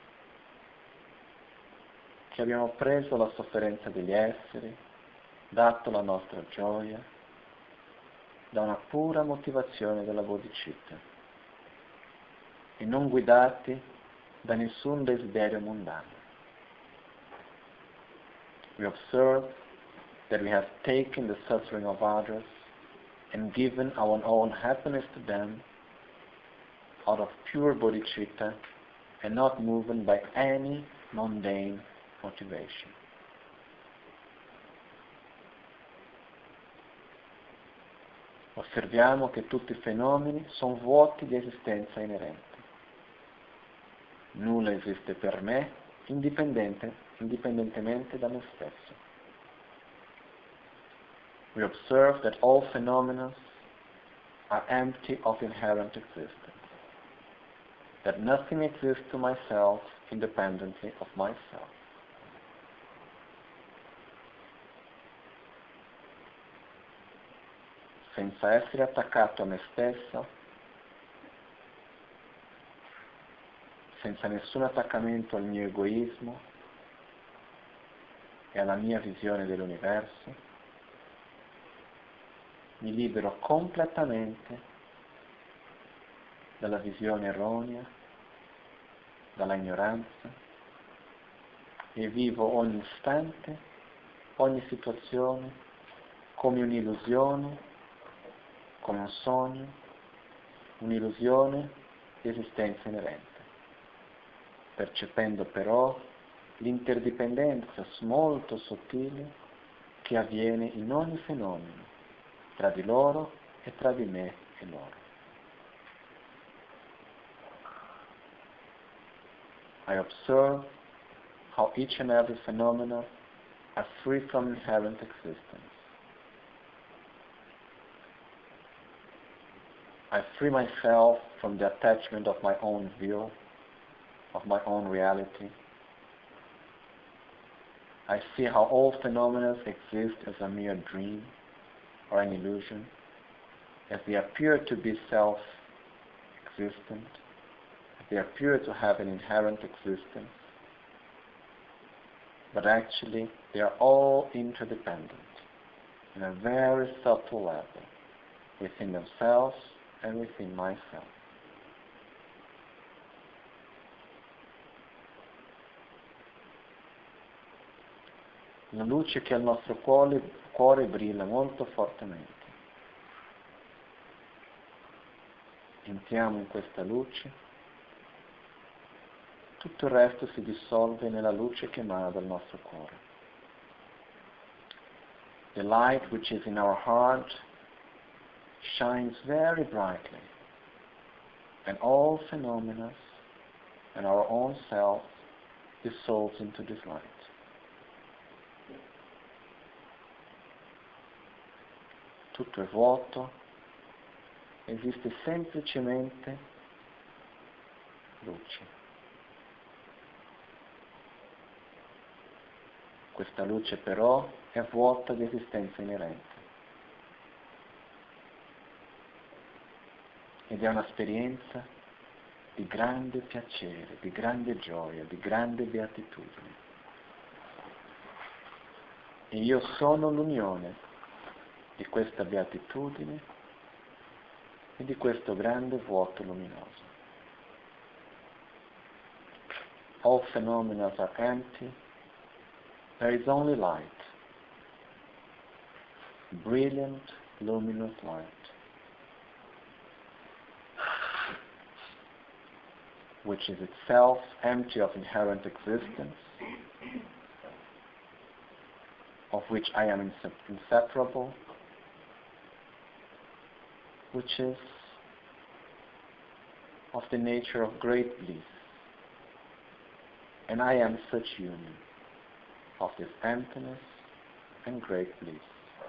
[SPEAKER 1] che abbiamo preso la sofferenza degli esseri, dato la nostra gioia, da una pura motivazione della bodhicitta, e non guidati da nessun desiderio mondano. We observe that we have taken the suffering of others and given our own happiness to them out of pure bodhicitta and not moved by any mundane motivation. Osserviamo che tutti i fenomeni sono vuoti di esistenza inerente. Nulla esiste per me indipendentemente da me stesso. We observe that all phenomena are empty of inherent existence, that nothing exists to myself independently of myself. Senza essere attaccato a me stesso, senza nessun attaccamento al mio egoismo e alla mia visione dell'universo, mi libero completamente dalla visione erronea, dalla ignoranza, e vivo ogni istante, ogni situazione come un'illusione, come un sogno, un'illusione di esistenza inerente, percependo però l'interdipendenza molto sottile che avviene in ogni fenomeno, tra di loro e tra di me e loro. I observe how each and every phenomena are free from inherent existence. I free myself from the attachment of my own view, of my own reality. I see how all phenomena exist as a mere dream or an illusion, as they appear to be self-existent, as they appear to have an inherent existence, but actually they are all interdependent in a very subtle level, within themselves and within myself. La luce che al nostro cuore brilla molto fortemente. Entriamo in questa luce, tutto il resto si dissolve nella luce che emana dal nostro cuore. The light which is in our heart shines very brightly, and all phenomena and our own self dissolves into this light. Tutto è vuoto, esiste semplicemente luce. Questa luce però è vuota di esistenza inerente ed è un'esperienza di grande piacere, di grande gioia, di grande beatitudine. E io sono l'unione di questa beatitudine e di questo grande vuoto luminoso. All phenomena are empty, there is only light, brilliant, luminous light, which is itself empty of inherent existence, of which I am inseparable, which is of the nature of great bliss. And I am such union of this emptiness and great bliss.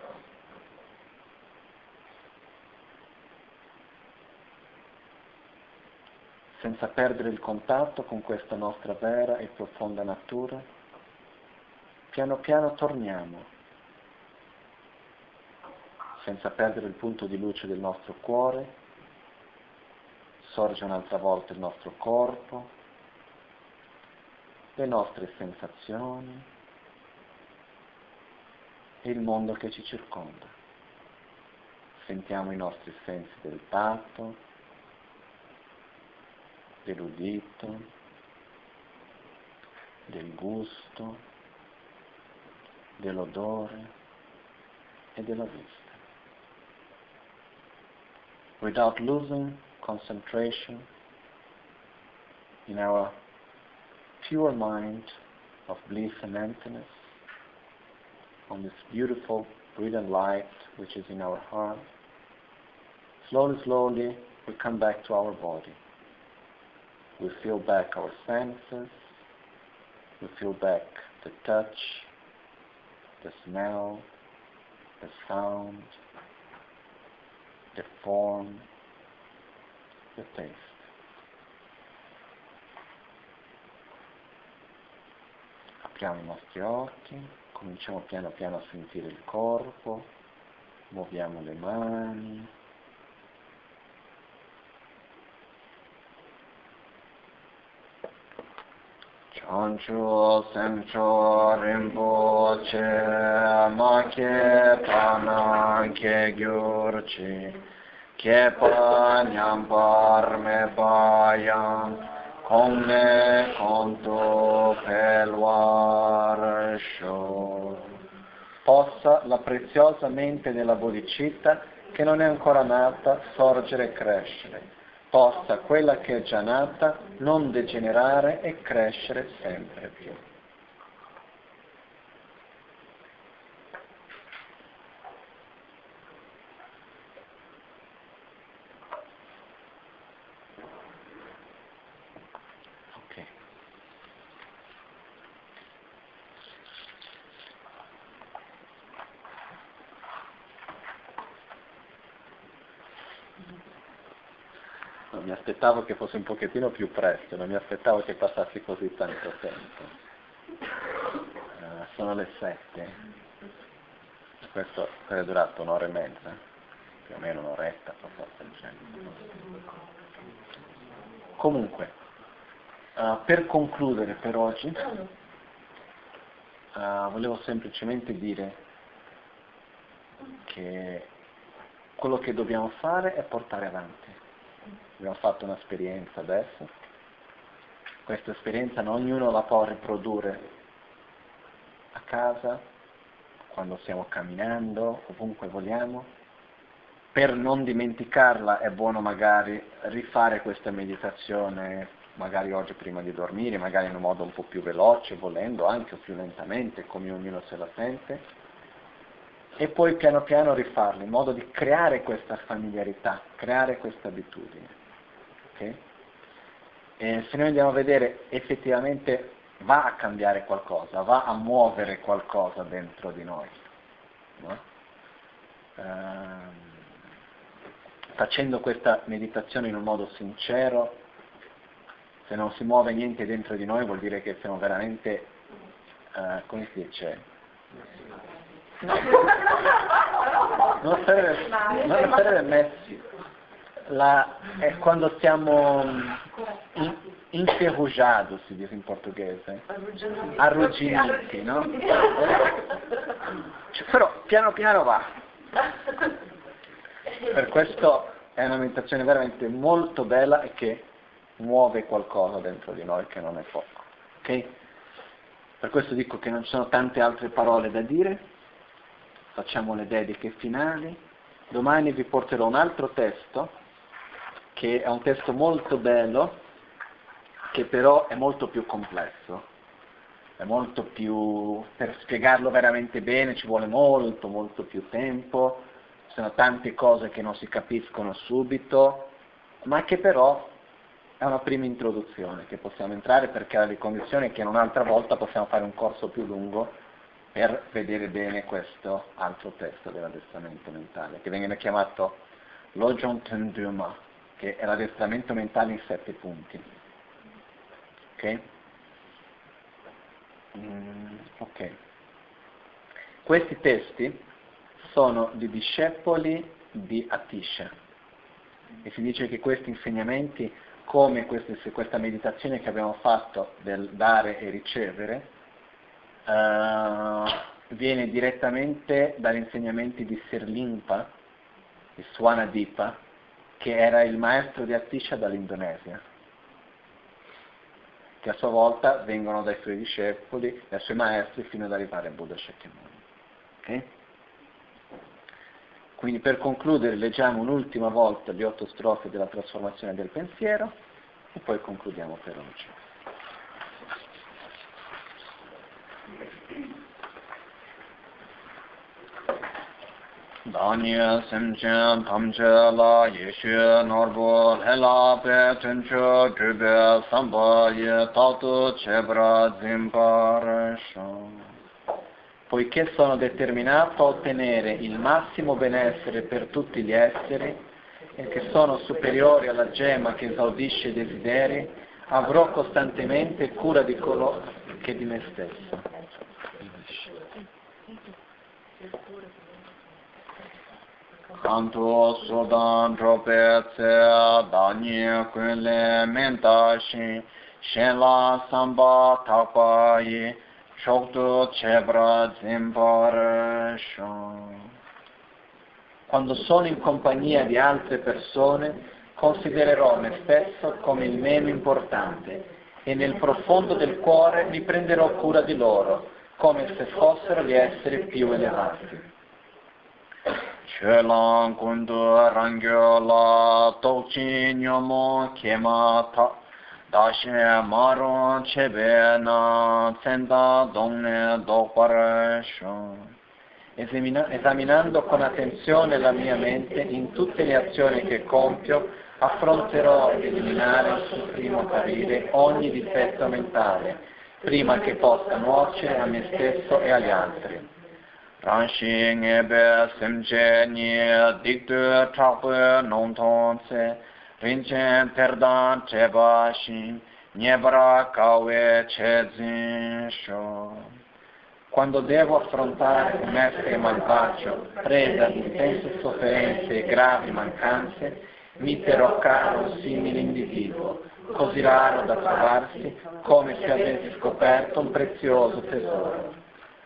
[SPEAKER 1] Senza perdere il contatto con questa nostra vera e profonda natura, piano piano torniamo, senza perdere il punto di luce del nostro cuore, sorge un'altra volta il nostro corpo, le nostre sensazioni e il mondo che ci circonda. Sentiamo i nostri sensi del tatto, dell'udito, del gusto, dell'odore e della vista. Without losing concentration in our pure mind of bliss and emptiness, on this beautiful, brilliant light which is in our heart, slowly, slowly we come back to our body. We feel back our senses, we feel back the touch, the smell, the sound, the form, the taste. Apriamo i nostri occhi, cominciamo piano piano a sentire il corpo, muoviamo le mani, Chancho Sencho Rinpoche Make Pana Ke Gyurchi Ke Pa Nyampar Me Bayan Come Conto Pelwar Sho. Possa la preziosa mente della bodhicitta, che non è ancora nata, sorgere e crescere. Possa quella che è già nata non degenerare e crescere sempre più. Ok. Mi aspettavo che fosse un pochettino più presto, non mi aspettavo che passassi così tanto tempo. Sono le 7. Questo è durato un'ora e mezza, più o meno un'oretta, qualcosa del genere. Comunque, per concludere per oggi, volevo semplicemente dire che quello che dobbiamo fare è portare avanti. Abbiamo fatto un'esperienza adesso, questa esperienza ognuno la può riprodurre a casa, quando stiamo camminando, ovunque vogliamo. Per non dimenticarla è buono magari rifare questa meditazione, magari oggi prima di dormire, magari in un modo un po' più veloce, volendo anche o più lentamente, come ognuno se la sente, e poi piano piano rifarla, in modo di creare questa familiarità, creare questa abitudine. Okay? E se noi andiamo a vedere, effettivamente va a cambiare qualcosa, va a muovere qualcosa dentro di noi. No? Facendo questa meditazione in un modo sincero, se non si muove niente dentro di noi vuol dire che siamo veramente, come si dice? Non sarebbe messi. È quando siamo inferrugiados, si dice in portoghese, arrugginiti, no? Però piano piano va. Per questo è una meditazione veramente molto bella e che muove qualcosa dentro di noi che non è poco. Ok? Per questo dico che non ci sono tante altre parole da dire, facciamo le dediche finali. Domani vi porterò un altro testo, che è un testo molto bello, che però è molto più complesso. È molto più, per spiegarlo veramente bene ci vuole molto, molto più tempo, ci sono tante cose che non si capiscono subito, ma che però è una prima introduzione, che possiamo entrare perché ha le condizioni che un'altra volta possiamo fare un corso più lungo per vedere bene questo altro testo dell'addestramento mentale, che viene chiamato Lojong Tenduma, che è l'addestramento mentale in 7 punti. Ok? Ok. Questi testi sono di discepoli di Atisha e si dice che questi insegnamenti, come questa meditazione che abbiamo fatto del dare e ricevere, viene direttamente dagli insegnamenti di Sirlimpa, di Swanadipa, che era il maestro di Atisha dall'Indonesia, che a sua volta vengono dai suoi discepoli, dai suoi maestri, fino ad arrivare a Buddha Shakyamuni. Okay? Quindi per concludere leggiamo un'ultima volta le 8 strofe della trasformazione del pensiero e poi concludiamo per oggi. Dānya semchen tamche la yeshe norbo lela pe tencho drube samba ye tatu cebra zimparasho. Poiché sono determinato a ottenere il massimo benessere per tutti gli esseri e che sono superiori alla gemma che esaudisce i desideri, avrò costantemente cura di coloro che di me stesso. Canto sodan drope tse dani quelle mentashi shenla samba tapai shokto cebra zimparasho. Quando sono in compagnia di altre persone considererò me stesso come il meno importante e nel profondo del cuore mi prenderò cura di loro come se fossero gli esseri più elevati. Chelang kundu rangyo la tokchi nyomo kema ta dashe maron chebe na tsenda dongne dokparasho. Esaminando con attenzione la mia mente in tutte le azioni che compio, affronterò ad eliminare il suo primo apparire ogni difetto mentale, prima che possa nuocere a me stesso e agli altri. Ranshi ngebe semche ni diktu chakpe nongtong tse rinchen terdan cheba shin nyebra kawe che zin sho. Quando devo affrontare un essere malvagio, preda di intense sofferenze e gravi mancanze, mi terrò caro un simile individuo, così raro da trovarsi come se avessi scoperto un prezioso tesoro.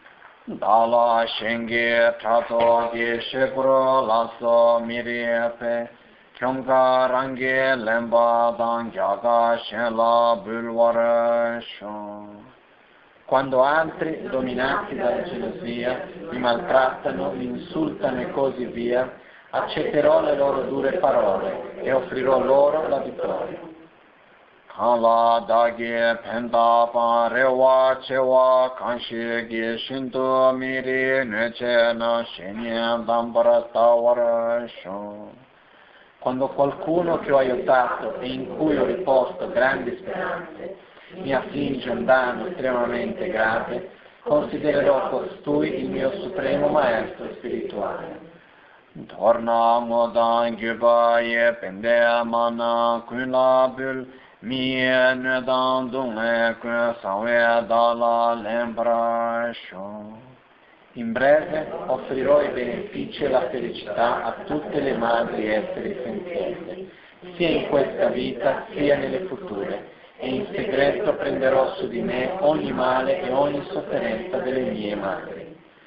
[SPEAKER 1] Dala shenge tato di shekuro lasso miriepe kyomka rangi lemba dan gyaga shenla bulvarasho. Quando altri, dominati dalla gelosia, mi maltrattano, mi insultano e così via, accetterò le loro dure parole e offrirò loro la vittoria. Kala dagi penda pa rewa chewa kanshi gi shinto miri nece na shenye dambara tawarasho. Quando qualcuno che ho aiutato e in cui ho riposto grandi speranze mi affligge un danno estremamente grave, considererò costui il mio supremo maestro spirituale. Torna modan gyubaye pende mana kunla bul mie nedan dungle kun sawe dala lembrasho. In breve offrirò i benefici e la felicità a tutte le madri esseri senzienti, sia in questa vita sia nelle future, e in segreto prenderò su di me ogni male e ogni sofferenza delle mie madri.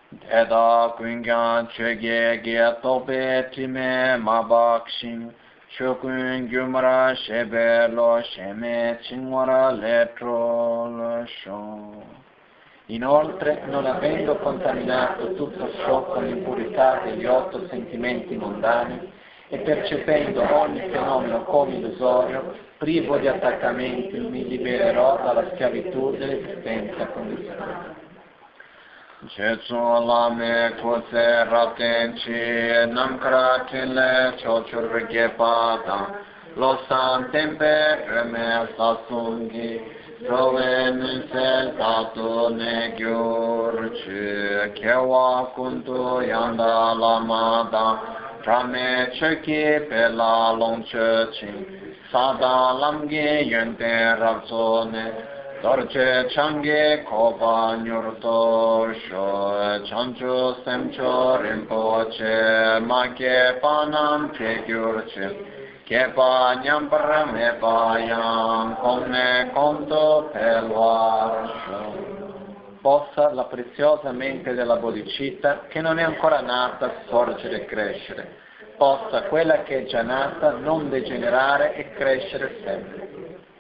[SPEAKER 1] Eda Kungan Chöge Ge Tobe Time Mabakshin Chokun Gyumara Shebe Lo Sheme Chingwara Letro Lo Shon. Inoltre, non avendo contaminato tutto ciò con l'impurità degli 8 sentimenti mondani e percependo ogni fenomeno come illusorio, privo di attaccamenti, mi libererò dalla schiavitù dell'esistenza condizionata. Jetsu lame kose ratenchi namkratile chochurvige pada losan tempe preme sasungi Rove nisel tatu ne gyurchu kewa kuntu yanda lamada Rame chöki pela longche ching sada lamge yente rapsone Dorje change koba nyurto sho chanchu semcho rinpoche make panam ke gyurche Kepa nyampara me payam come conto pelvar. Possa la preziosa mente della bodhicitta, che non è ancora nata, sorgere e crescere. Possa quella che è già nata non degenerare e crescere sempre.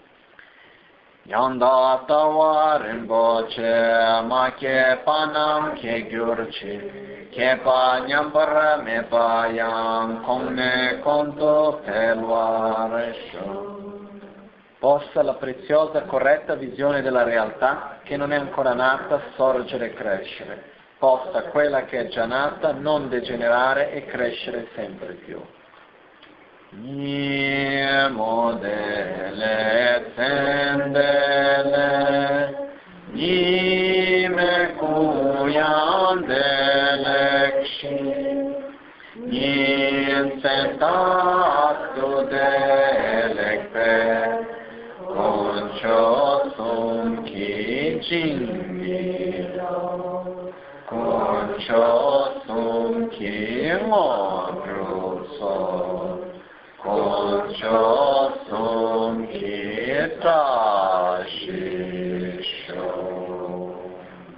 [SPEAKER 1] Yanda tawa rinpoche ma che panam che gyurchi che pa nyampara me payam come conto pelvaresho. Possa la preziosa corretta visione della realtà che non è ancora nata sorgere e crescere. Possa quella che è già nata non degenerare e crescere sempre più. Nimo dele tendele, nime kuyan delekshi, nin sentatu delekpe, concho sum ki jingiro, concho sum ki modruso, Concho sum chitascisho.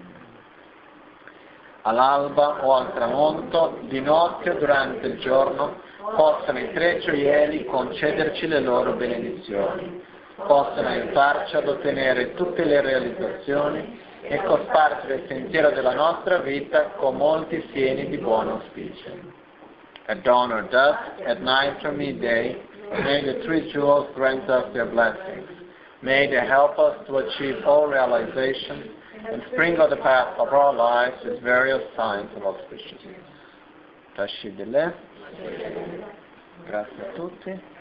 [SPEAKER 1] All'alba o al tramonto, di notte o durante il giorno, possano i tre gioielli concederci le loro benedizioni, possano aiutarci ad ottenere tutte le realizzazioni e cospargere il sentiero della nostra vita con molti sieni di buon auspicio. At dawn or dusk, at night or midday, may the three jewels grant us their blessings. May they help us to achieve all realization and sprinkle the path of our lives with various signs of auspiciousness. Tashi Dele. Grazie a tutti.